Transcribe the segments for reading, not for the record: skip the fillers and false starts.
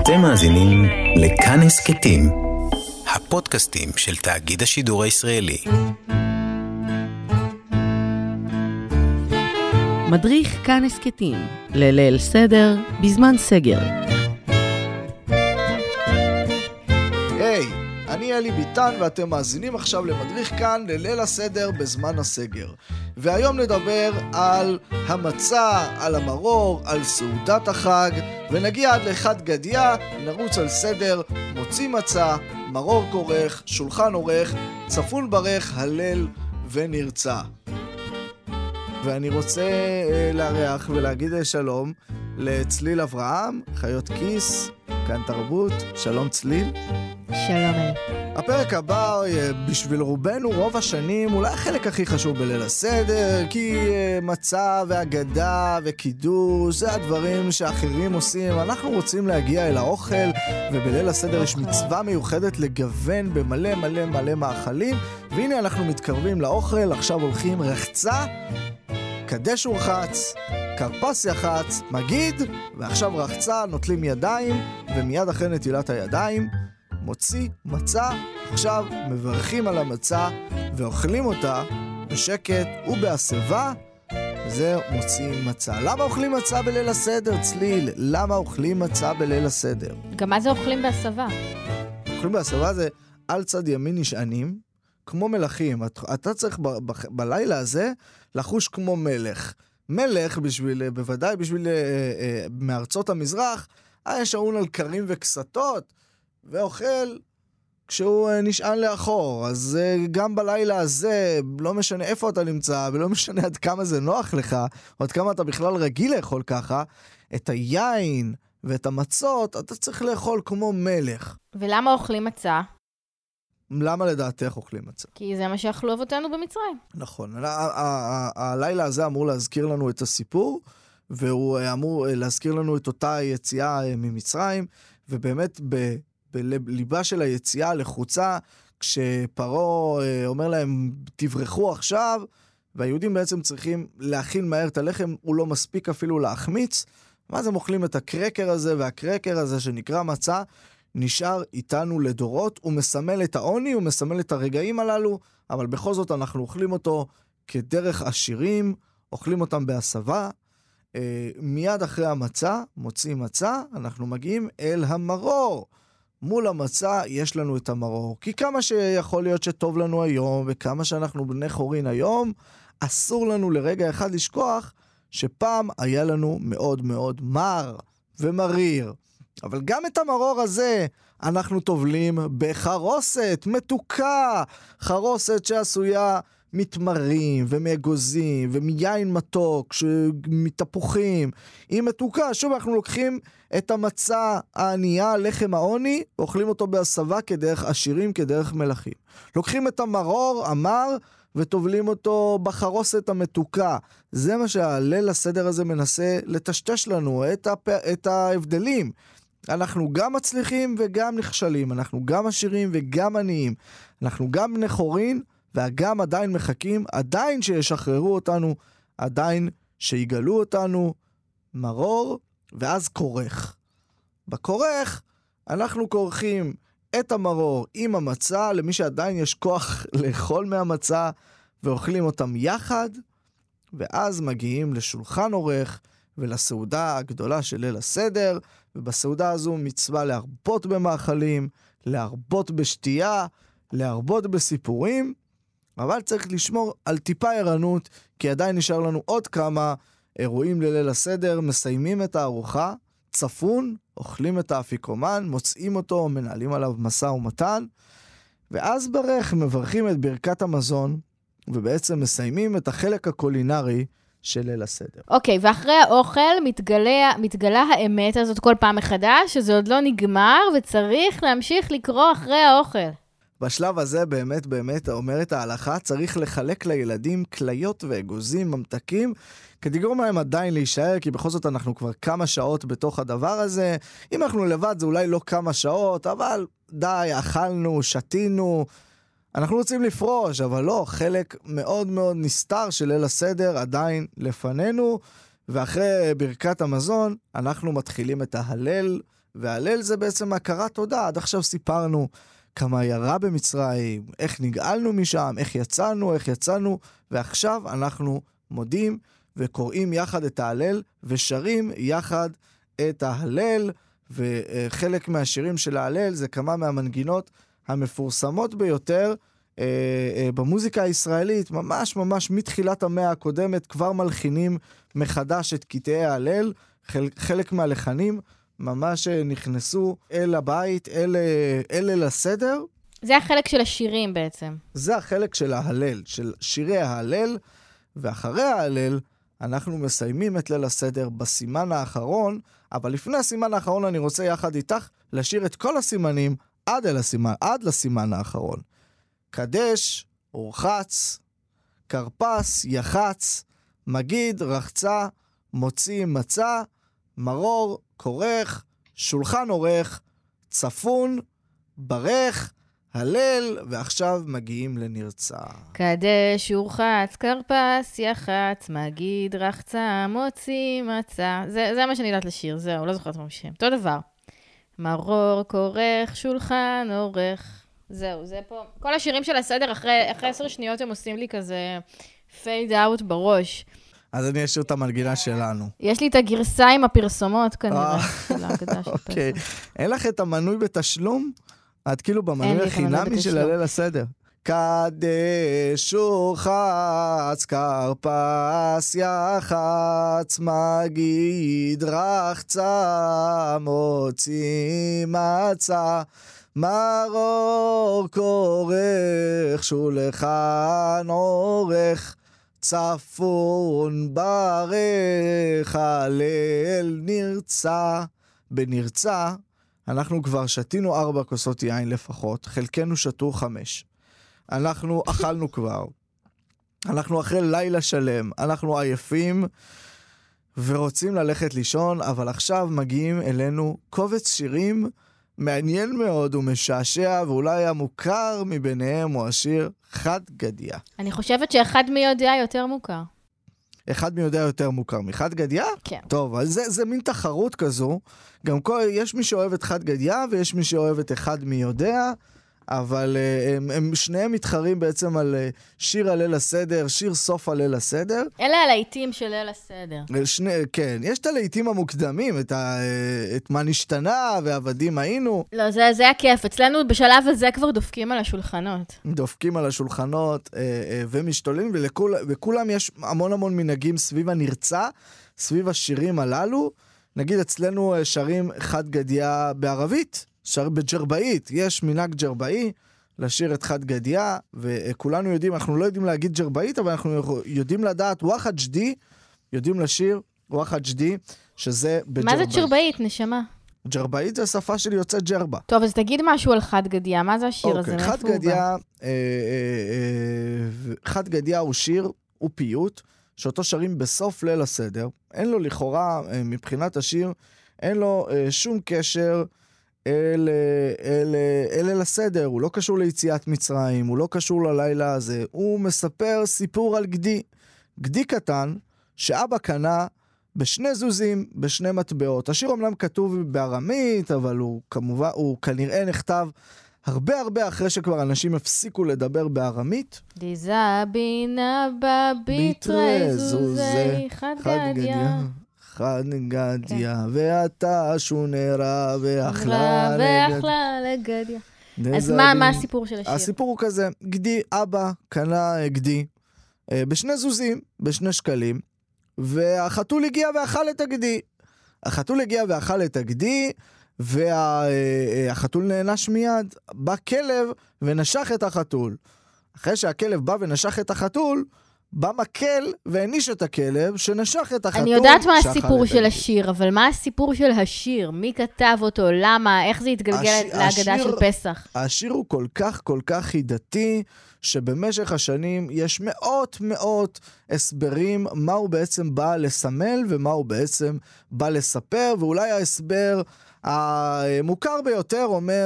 אתם מאזינים לכאן הסכתים, הפודקאסטים של תאגיד השידור הישראלי. מדריך כאן הסכתים, לליל סדר בזמן סגר. היי, אני אלי ביטן ואתם מאזינים עכשיו למדריך כאן לליל הסדר בזמן הסגר. והיום נדבר על המצה, על המרור, על סעודת החג, ונגיע עד לחד גדיה, נרוץ על סדר, מוציא מצה, מרור כורך, שולחן עורך, צפון ברך, הלל ונרצה. ואני רוצה לארח ולהגיד שלום לצליל אברהם, חיות כיס, כאן תרבות, שלום צליל. שלום אלי. הפרק הבא בשביל רובנו רוב השנים אולי החלק הכי חשוב בליל הסדר, כי מצה והגדה וקידוש זה הדברים שאחרים עושים. אנחנו רוצים להגיע אל האוכל, ובליל הסדר יש מצווה מיוחדת לגוון במלא מלא מלא מאכלים, והנה אנחנו מתקרבים לאוכל. עכשיו הולכים רחצה, קדש ורחץ, קרפס יחץ, מגיד, ועכשיו רחצה, נוטלים ידיים, ומיד אחרי נטילת הידיים מוציא מצה. עכשיו מברכים על המצה ואוכלים אותה בשקט ובהסבה. זה מוציא מצה. למה אוכלים מצה בליל הסדר, צליל? למה אוכלים מצה בליל הסדר? גם מה זה אוכלים בהסבה? אוכלים בהסבה זה על צד ימין נשענים כמו מלכים. אתה צריך בלילה הזה לחוש כמו מלך. מלך בוודאי בשביל מארצות המזרח היה שעון על קרים וכסתות ואוכל כשהוא נשען לאחור. אז גם בלילה הזה, לא משנה איפה אתה נמצא, ולא משנה עד כמה זה נוח לך, או עד כמה אתה בכלל רגיל לאכול ככה, את היין ואת המצות, אתה צריך לאכול כמו מלך. ולמה אוכלים מצה? למה לדעתך אוכלים מצה? כי זה מה שאכלו אבותינו במצרים. נכון. הלילה הזה אמור להזכיר לנו את הסיפור, והוא אמור להזכיר לנו את אותה יציאה ממצרים, ובאמת בליבה של היציאה לחוצה, כשפרו אומר להם תברחו עכשיו, והיהודים בעצם צריכים להכין מהר את הלחם, הוא לא מספיק אפילו להחמיץ, ואז הם אוכלים את הקרקר הזה, והקרקר הזה שנקרא מצה, נשאר איתנו לדורות, הוא מסמל את העוני, הוא מסמל את הרגעים הללו, אבל בכל זאת אנחנו אוכלים אותו כדרך עשירים, אוכלים אותם בהסבה. מיד אחרי המצה, מוצאים מצה, אנחנו מגיעים אל המרור. מול המצה יש לנו את המרור. כי כמה שיכול להיות שטוב לנו היום, וכמה שאנחנו בני חורין היום, אסור לנו לרגע אחד לשכוח שפעם היה לנו מאוד מאוד מר ומריר. אבל גם את המרור הזה אנחנו טובלים בחרוסת מתוקה. חרוסת שעשויה מתמרים ומאגוזים ומיין מתוק מתפוחים. היא מתוקה. שוב אנחנו לוקחים את המצה הענייה, לחם העוני, ואוכלים אותו בהסבה כדרך עשירים, כדרך מלכים. לוקחים את המרור המר וטובלים אותו בחרוסת המתוקה. זה מה שהליל הסדר הזה מנסה לטשטש לנו, את ההבדלים. אנחנו גם מצליחים וגם נכשלים, אנחנו גם עשירים וגם עניים, אנחנו גם בני חורין וגם עדיין מחכים, עדיין שישחררו אותנו, עדיין שיגלו אותנו. מרור ואז כורך. בכורך אנחנו כורכים את המרור עם המצה, למי שעדיין יש כוח לאכול מהמצה, ואוכלים אותם יחד, ואז מגיעים לשולחן עורך ולסעודה הגדולה של ליל הסדר, ובסעודה הזו מצווה להרבות במאכלים, להרבות בשתייה, להרבות בסיפורים, אבל צריך לשמור על טיפה ערנות, כי עדיין נשאר לנו עוד כמה אירועים לליל הסדר. מסיימים את הארוחה, צפון, אוכלים את האפיקומן, מוצאים אותו, מנהלים עליו משא ומתן, ואז ברך מברכים את ברכת המזון, ובעצם מסיימים את החלק הקולינרי של ליל הסדר. אוקיי, ואחרי האוכל מתגלה האמת הזאת כל פעם מחדש, שזה עוד לא נגמר, וצריך להמשיך לקרוא אחרי האוכל. בשלב הזה באמת אומרת ההלכה, צריך לחלק לילדים כליות ואגוזים, ממתקים, כדי לגרום להם עדיין להישאר, כי בכל זאת אנחנו כבר כמה שעות בתוך הדבר הזה. אם אנחנו לבד זה אולי לא כמה שעות, אבל די, אכלנו, שתינו, אנחנו רוצים לפרוש, אבל לא, חלק מאוד מאוד נסתר של ליל הסדר עדיין לפנינו, ואחרי ברכת המזון, אנחנו מתחילים את ההלל, וההלל זה בעצם הכרת תודה. עד עכשיו סיפרנו כמה היה רע במצרים, איך נגאלנו משם, איך יצאנו, ועכשיו אנחנו מודים וקוראים יחד את ההלל, ושרים יחד את ההלל, וחלק מהשירים של ההלל זה כמה מהמנגינות המפורסמות ביותר במוזיקה הישראלית, ממש מתחילת המאה הקודמת, כבר מלחינים מחדש את קטעי ההלל, חלק מהלחנים ממש נכנסו אל הבית, אל הסדר. זה החלק של השירים בעצם. זה החלק של ההלל, של שירי ההלל, ואחרי ההלל אנחנו מסיימים את ליל הסדר בסימן האחרון, אבל לפני הסימן האחרון אני רוצה יחד איתך לשיר את כל הסימנים עד לסימן האחרון. קדש, אורחץ, קרפס, יחץ, מגיד, רחצה, מוציא, מצא, מרור, כורך, שולחן עורך, צפון, ברך, הלל, ועכשיו מגיעים לנרצה. קדש, אורחץ, קרפס, יחץ, מגיד, רחצה, מוציא, מצא. זה מה שאני יודעת לשיר, זהו, לא זוכרת מה משם. אותו דבר. מרור, כורך, שולחן עורך. זהו, זה פה. כל השירים של הסדר, אחרי 10 שניות הם עושים לי כזה פייד אאוט בראש. אז אני אשאיר את המנגינה שלנו. יש לי את הגרסה עם הפרסומות כנראה. אוקיי. אין לך את המנוי בתשלום? את כאילו במנוי החינמי של הליל הסדר. קדש, אורחץ, קרפס, יחץ, מגיד, רחצה, מוציא, מצא, מרור, כורך, שולחן עורך, צפון, ברך, הלל, נרצה. בנרצה אנחנו כבר שתינו 4 כוסות יין לפחות, חלקנו שתו 5. אנחנו אכלנו כבר. אנחנו אחרי לילה שלם, אנחנו עייפים ורוצים ללכת לישון, אבל עכשיו מגיעים אלינו קובץ שירים מעניין מאוד ומשעשע, ואולי המוכר מביניהם הוא השיר חד גדיה. אני חושבת שאחד מי יודע יותר מוכר. אחד מי יודע יותר מוכר מחד גדיה? כן. טוב, אז זה מין תחרות כזו. גם יש מי שאוהב את חד גדיה, ויש מי שאוהב את אחד מי יודע, אבל הם שניהם מתחרים בעצם על שיר הליל הסדר, שיר סוף הליל הסדר. אלה הלהיטים של ליל הסדר. כן, יש את הלהיטים המוקדמים, את מה נשתנה ועבדים היינו. לא, זה הכיף. אצלנו בשלב הזה כבר דופקים על השולחנות. דופקים על השולחנות ומשתוללים, וכולם יש המון מנהגים סביב הנרצה, סביב השירים הללו. נגיד אצלנו שרים חד גדיה בערבית. שר בג'רבאית, יש מנהג ג'רבאי לשיר את חד גדיה, וכולנו יודעים, אנחנו לא יודעים להגיד ג'רבאית, אבל אנחנו יודעים לדעת וואחד ג'די, יודעים לשיר וואחד ג'די, שזה בג'רבאית. מה זה ג'רבאית, נשמה? ג'רבאית זה השפה של יוצא ג'רבה. טוב, אז תגיד משהו על חד גדיה, מה זה השיר הזה? חד גדיה, חד גדיה הוא שיר, הוא פיוט, שאותו שרים בסוף ליל הסדר, אין לו לכאורה, מבחינת השיר, אין לו שום קשר אל הסדר, הוא לא קשור ליציאת מצרים, הוא לא קשור ללילה הזה, הוא מספר סיפור על גדי קטן, שאבא קנה בשני זוזים, בשני מטבעות. השיר אומנם כתוב בארמית, אבל הוא כנראה נכתב הרבה אחרי שכבר אנשים הפסיקו לדבר בארמית. דיזה בינה בביטרה זוזי חד גדיה. חד גדיה, ואתה שונרה ואכלה לגדיה. אז מה הסיפור של השיר? הסיפור הוא כזה, אבא קנה גדי, בשני זוזים, בשני שקלים, והחתול הגיע ואכל את הגדי. החתול הגיע ואכל את הגדי, והחתול נענש מיד. בא כלב ונשך את החתול. אחרי שהכלב בא ונשך את החתול, בא מקל והניש את הכלב שנשך את החתול. אני יודעת מה הסיפור של השיר, אבל מה הסיפור של השיר? מי כתב אותו? למה? איך זה התגלגל להגדה של פסח? השיר הוא כל כך חידתי, שבמשך השנים יש מאות הסברים מה הוא בעצם בא לסמל ומה הוא בעצם בא לספר, ואולי ההסבר המוכר ביותר אומר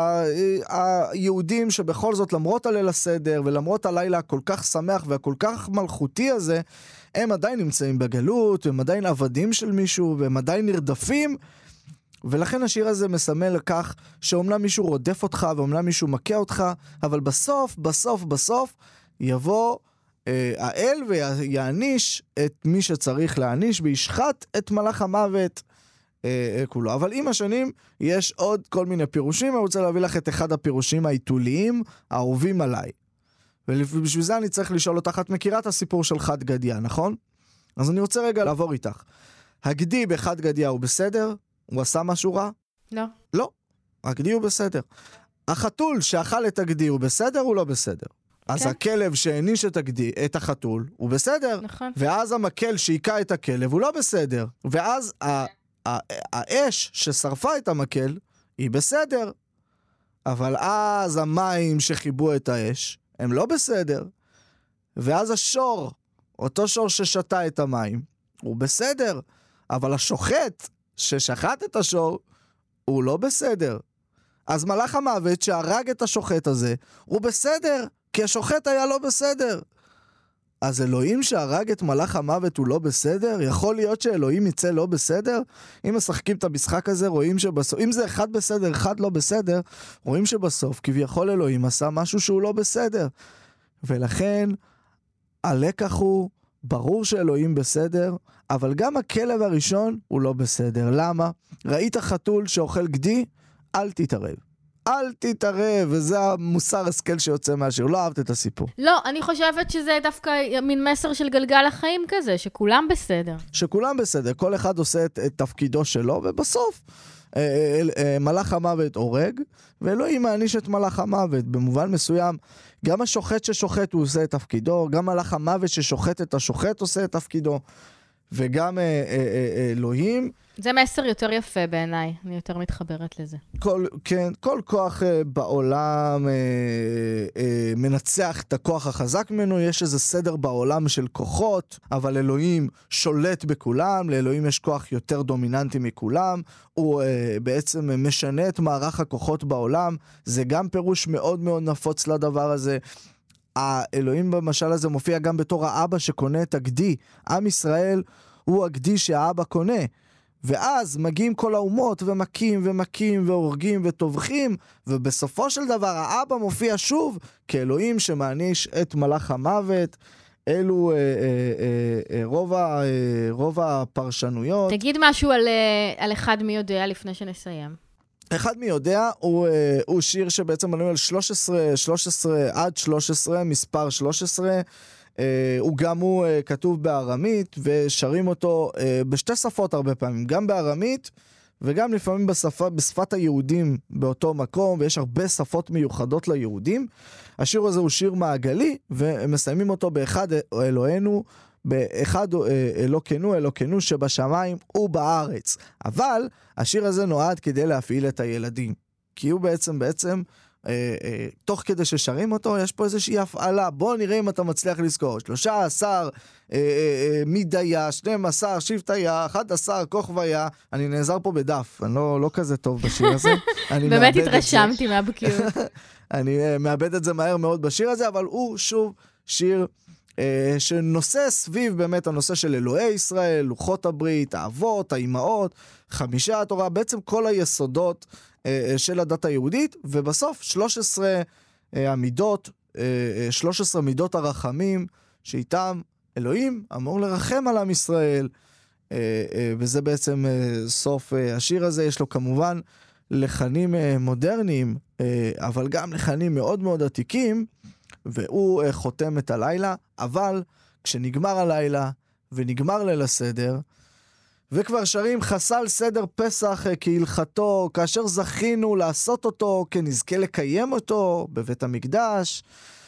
שהיהודים שבכל זאת למרות הליל הסדר ולמרות הלילה הכל כך שמח והכל כך מלכותי הזה, הם עדיין נמצאים בגלות, הם עדיין עבדים של מישהו והם עדיין נרדפים, ולכן השיר הזה מסמל לכך שאומנם מישהו רודף אותך ואומנם מישהו מכה אותך, אבל בסוף יבוא האל ויעניש את מי שצריך להעניש וישחט את מלאך המוות כולו. אבל עם השנים יש עוד כל מיני פירושים, אני רוצה להביא לך את אחד הפירושים העיתוליים האהובים עליי. ובשביל זה אני צריך לשאול אותך, את מכירה את הסיפור של חד גדיה, נכון? אז אני רוצה רגע לעבור איתך. הגדי בחד גדיה הוא בסדר? הוא עשה משהו רע? לא. לא, הגדי הוא בסדר. החתול שאכל את הגדי הוא בסדר? הוא לא בסדר. אז הכלב שהעניש את החתול הוא בסדר. נכון. ואז המקל שהיקע את הכלב הוא לא בסדר. ואז האש ששרפה את המקל היא בסדר. אבל אז המים שחיבו את האש הם לא בסדר. ואז השור, אותו שור ששתה את המים, הוא בסדר. אבל השוחט ששחט את השור הוא לא בסדר. אז מלאך המוות שהרג את השוחט הזה הוא בסדר, כי השוחט היה לא בסדר. אז אלוהים שהרג את מלאך המוות הוא לא בסדר? יכול להיות שאלוהים יצא לא בסדר? אם משחקים את המשחק הזה, רואים שבסוף, אם זה אחד בסדר, אחד לא בסדר, רואים שבסוף כביכול אלוהים עשה משהו שהוא לא בסדר. ולכן הלקח הוא, ברור שאלוהים בסדר, אבל גם הכלב הראשון הוא לא בסדר. למה? ראית חתול שאוכל גדי? אל תתערב. אל תתערב, וזה המוסר השכל שיוצא מהשיר. לא אהבת את הסיפור. לא, אני חושבת שזה דווקא מין מסר של גלגל החיים כזה, שכולם בסדר. שכולם בסדר, כל אחד עושה את תפקידו שלו, ובסוף מלאך המוות הורג, ואלוהים מעניש את מלאך המוות. במובן מסוים, גם השוחט ששוחט הוא עושה את תפקידו, גם מלאך המוות ששוחט את השוחט עושה את תפקידו, וגם אלוהים. זה מסר יותר יפה בעיניי, אני יותר מתחברת לזה. כל כוח בעולם מנצח את הכוח החזק ממנו, יש איזה סדר בעולם של כוחות, אבל אלוהים שולט בכולם, לאלוהים יש כוח יותר דומיננטי מכולם, הוא בעצם משנה את מערך הכוחות בעולם, זה גם פירוש מאוד מאוד נפוץ לדבר הזה. האלוהים במשל הזה מופיע גם בתור האבא שקונה את הגדי. עם ישראל הוא הגדי שהאבא קונה. ואז מגיעים כל האומות ומכים והורגים וטובחים, ובסופו של דבר האבא מופיע שוב כאלוהים שמעניש את מלאך המוות. אלו רוב הפרשנויות. תגיד משהו על אחד מי יודע לפני שנסיים. אחד מי יודע הוא שיר שבעצם מנוי על 13 עד 13, מספר 13. הוא גם כתוב בארמית, ושרים אותו בשתי שפות הרבה פעמים, גם בארמית וגם לפעמים בשפת היהודים באותו מקום, ויש הרבה שפות מיוחדות ליהודים. השיר הזה הוא שיר מעגלי, ומסיימים אותו באחד אלוהינו, באחד אלוקינו שבשמיים ובארץ. אבל השיר הזה נועד כדי להפעיל את הילדים, כי הוא בעצם תוך כדי ששרים אותו, יש פה איזושהי הפעלה. בוא נראה אם אתה מצליח לזכור. 13 מדיה, 12 שבטיה, 11 כוכביה. אני נעזר פה בדף, אני לא כזה טוב בשיר הזה. באמת התרשמתי מהבקיאות. אני מאבד את זה מהר מאוד בשיר הזה, אבל הוא שוב שיר שנושא סביב באמת הנושא של אלוהי ישראל, לוחות הברית, האבות, האימהות, חמישה התורה, בעצם כל היסודות של הדת היהודית, ובסוף 13 המידות, 13 מידות הרחמים, שאיתם אלוהים אמור לרחם על עם ישראל, וזה בעצם סוף השיר הזה. יש לו כמובן לחנים מודרניים, אבל גם לחנים מאוד מאוד עתיקים, והוא חותם את הלילה. אבל כשנגמר הלילה ונגמר ליל הסדר, וכבר שרים חסל סדר פסח כהלכתו, כאשר זכינו לעשות אותו, כנזכה לקיים אותו בבית המקדש,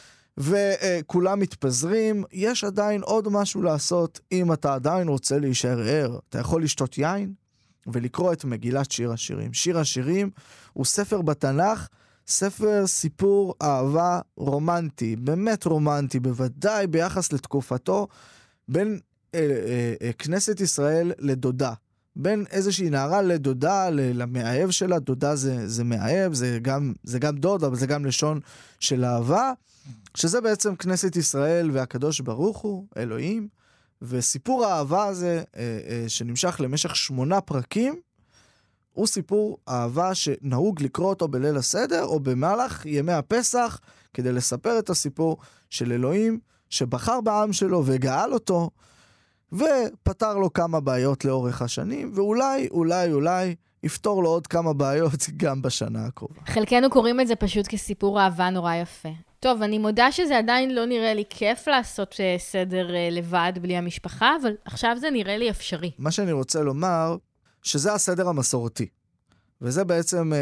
וכולם מתפזרים, יש עדיין עוד משהו לעשות. אם אתה עדיין רוצה להישאר ער, אתה יכול לשתות יין ולקרוא את מגילת שיר השירים. שיר השירים הוא ספר בתנ"ך, ספר סיפור אהבה רומנטי, באמת רומנטי, בוודאי ביחס לתקופתו, בין כנסת ישראל לדודה. בין איזושהי נערה לדודה, למאהב שלה. דודה זה מאהב, זה גם דוד, אבל זה גם לשון של אהבה, שזה בעצם כנסת ישראל והקדוש ברוך הוא, אלוהים, וסיפור האהבה הזה, שנמשך למשך 8 פרקים, הוא סיפור אהבה שנהוג לקרוא אותו בליל הסדר, או במהלך ימי הפסח, כדי לספר את הסיפור של אלוהים, שבחר בעם שלו וגאל אותו, ופתר לו כמה בעיות לאורך השנים, ואולי יפתור לו עוד כמה בעיות גם בשנה הקרובה. חלקנו קוראים את זה פשוט כסיפור אהבה נורא יפה. טוב, אני מודה שזה עדיין לא נראה לי כיף לעשות סדר לבד בלי המשפחה, אבל עכשיו זה נראה לי אפשרי. מה שאני רוצה לומר, שזה הסדר המסורתי, וזה בעצם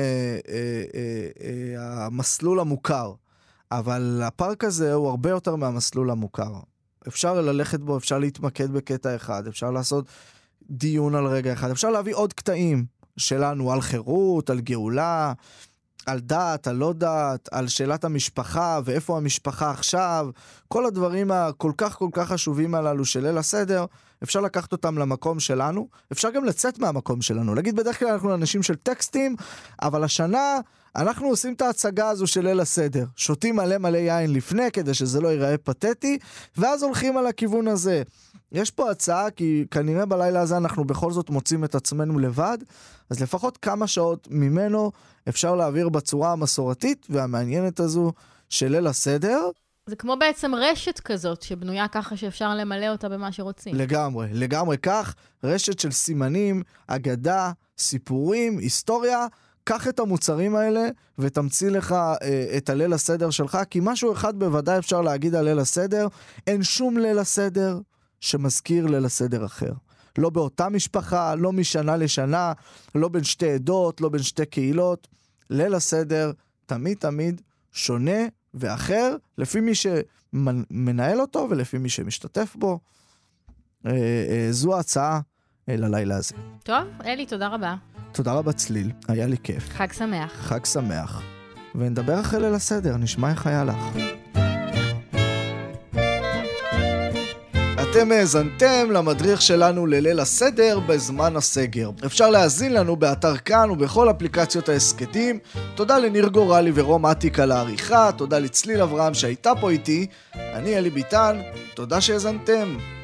המסלול המוכר, אבל הפארק הזה הוא הרבה יותר מהמסלול המוכר. אפשר ללכת בו, אפשר להתמקד בקטע אחד, אפשר לעשות דיון על רגע אחד, אפשר להביא עוד קטעים שלנו על חירות, על גאולה, על דת, על לא דת, על שאלת המשפחה ואיפה המשפחה עכשיו, כל הדברים הכל כך חשובים הללו של ליל הסדר, אפשר לקחת אותם למקום שלנו, אפשר גם לצאת מהמקום שלנו, להגיד בדרך כלל אנחנו אנשים של טקסטים, אבל השנה אנחנו עושים את ההצגה הזו של ליל הסדר, שותים מלא יין לפני כדי שזה לא ייראה פתטי, ואז הולכים על הכיוון הזה. יש פה הצעה, כי כנראה בלילה הזה אנחנו בכל זאת מוצאים את עצמנו לבד, אז לפחות כמה שעות ממנו אפשר להעביר בצורה המסורתית והמעניינת הזו של ליל הסדר. זה כמו בעצם רשת כזאת, שבנויה ככה שאפשר למלא אותה במה שרוצים. לגמרי כך, רשת של סימנים, אגדה, סיפורים, היסטוריה, קח את המוצרים האלה ותמציא לך את הליל הסדר שלך, כי משהו אחד בוודאי אפשר להגיד על ליל הסדר, אין שום ליל הסדר שמזכיר ליל הסדר אחר. לא באותה משפחה, לא משנה לשנה, לא בין שתי עדות, לא בין שתי קהילות. ליל הסדר תמיד שונה ואחר, לפי מי שמנהל אותו ולפי מי שמשתתף בו. זו ההצעה ללילה הזה. טוב, אלי, תודה רבה. תודה רבה צליל, היה לי כיף. חג שמח. חג שמח. ונדבר אחרי ליל הסדר, נשמע איך היה לך. אתם האזנתם למדריך שלנו לליל הסדר בזמן הסגר. אפשר להאזין לנו באתר כאן ובכל אפליקציות ההסקטים. תודה לניר גורלי ורום עתיק על העריכה, תודה לצליל אברהם שהייתה פה איתי. אני אלי ביטן, תודה שהאזנתם.